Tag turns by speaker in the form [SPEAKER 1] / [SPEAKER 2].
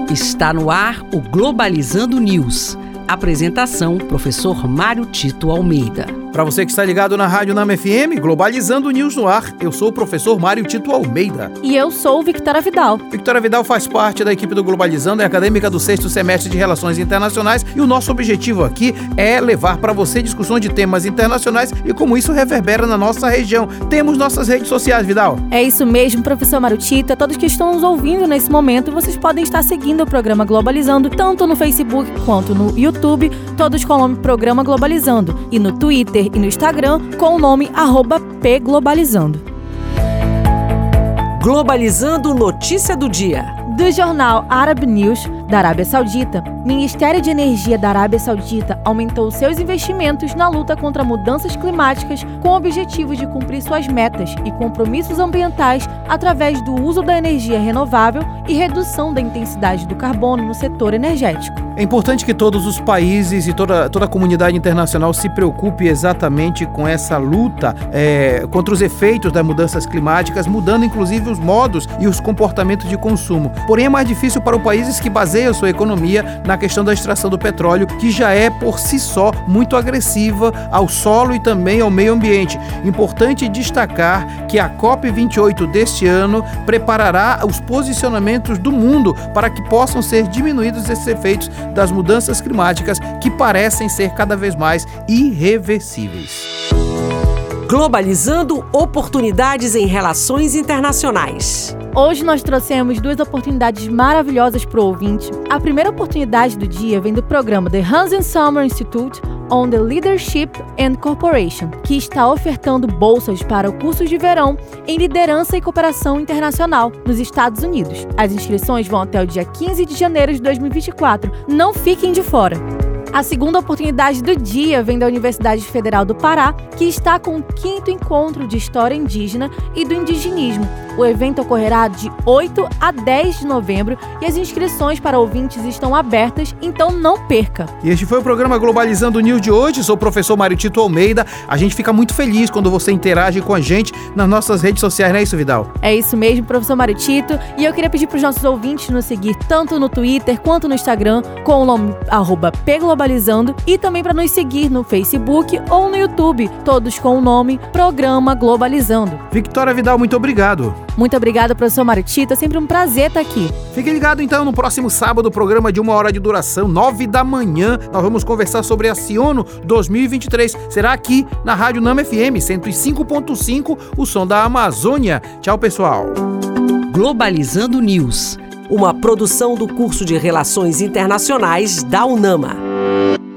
[SPEAKER 1] Está no ar o Globalizando News. Apresentação, professor Mário Tito Almeida.
[SPEAKER 2] Para você que está ligado na Rádio Nama FM, Globalizando News no ar, eu sou o professor Mário Tito Almeida.
[SPEAKER 3] E eu sou Victoria Vidal.
[SPEAKER 2] Victoria Vidal faz parte da equipe do Globalizando, é acadêmica do 6º semestre de Relações Internacionais, e o nosso objetivo aqui é levar para você discussões de temas internacionais e como isso reverbera na nossa região. Temos nossas redes sociais, Vidal.
[SPEAKER 3] É isso mesmo, professor Mário Tito. A todos que estão nos ouvindo nesse momento, vocês podem estar seguindo o programa Globalizando, tanto no Facebook quanto no YouTube, todos com o nome Programa Globalizando, e no Twitter e no Instagram com o nome @pglobalizando.
[SPEAKER 1] Globalizando notícia do dia.
[SPEAKER 3] Do jornal Arab News, da Arábia Saudita, Ministério de Energia da Arábia Saudita aumentou seus investimentos na luta contra mudanças climáticas com o objetivo de cumprir suas metas e compromissos ambientais através do uso da energia renovável e redução da intensidade do carbono no setor energético.
[SPEAKER 2] É importante que todos os países e toda a comunidade internacional se preocupe exatamente com essa luta contra os efeitos das mudanças climáticas, mudando inclusive os modos e os comportamentos de consumo. Porém, é mais difícil para os países que baseiam sua economia na questão da extração do petróleo, que já é por si só muito agressiva ao solo e também ao meio ambiente. Importante destacar que a COP28 deste ano preparará os posicionamentos do mundo para que possam ser diminuídos esses efeitos das mudanças climáticas que parecem ser cada vez mais irreversíveis.
[SPEAKER 1] Globalizando oportunidades em relações internacionais.
[SPEAKER 3] Hoje nós trouxemos duas oportunidades maravilhosas para o ouvinte. A primeira oportunidade do dia vem do programa The Hans Sommer Institute on the Leadership and Cooperation, que está ofertando bolsas para cursos de verão em liderança e cooperação internacional nos Estados Unidos. As inscrições vão até o dia 15 de janeiro de 2024. Não fiquem de fora! A segunda oportunidade do dia vem da Universidade Federal do Pará, que está com o 5º Encontro de História Indígena e do Indigenismo. O evento ocorrerá de 8 a 10 de novembro e as inscrições para ouvintes estão abertas, então não perca.
[SPEAKER 2] E este foi o programa Globalizando News de hoje. Sou o professor Mário Tito Almeida. A gente fica muito feliz quando você interage com a gente nas nossas redes sociais, não é isso, Vidal?
[SPEAKER 3] É isso mesmo, professor Mário Tito. E eu queria pedir para os nossos ouvintes nos seguir tanto no Twitter quanto no Instagram com o nome @pglobalizando e também para nos seguir no Facebook ou no YouTube, todos com o nome Programa Globalizando.
[SPEAKER 2] Victoria Vidal, muito obrigado.
[SPEAKER 3] Muito obrigada, professor Mário Tito. É sempre um prazer estar aqui.
[SPEAKER 2] Fique ligado então no próximo sábado, programa de 1 hora de duração, 9 da manhã. Nós vamos conversar sobre a Ciono 2023. Será aqui na Rádio Nama FM 105.5, o som da Amazônia. Tchau, pessoal.
[SPEAKER 1] Globalizando News, uma produção do curso de Relações Internacionais da UNAMA.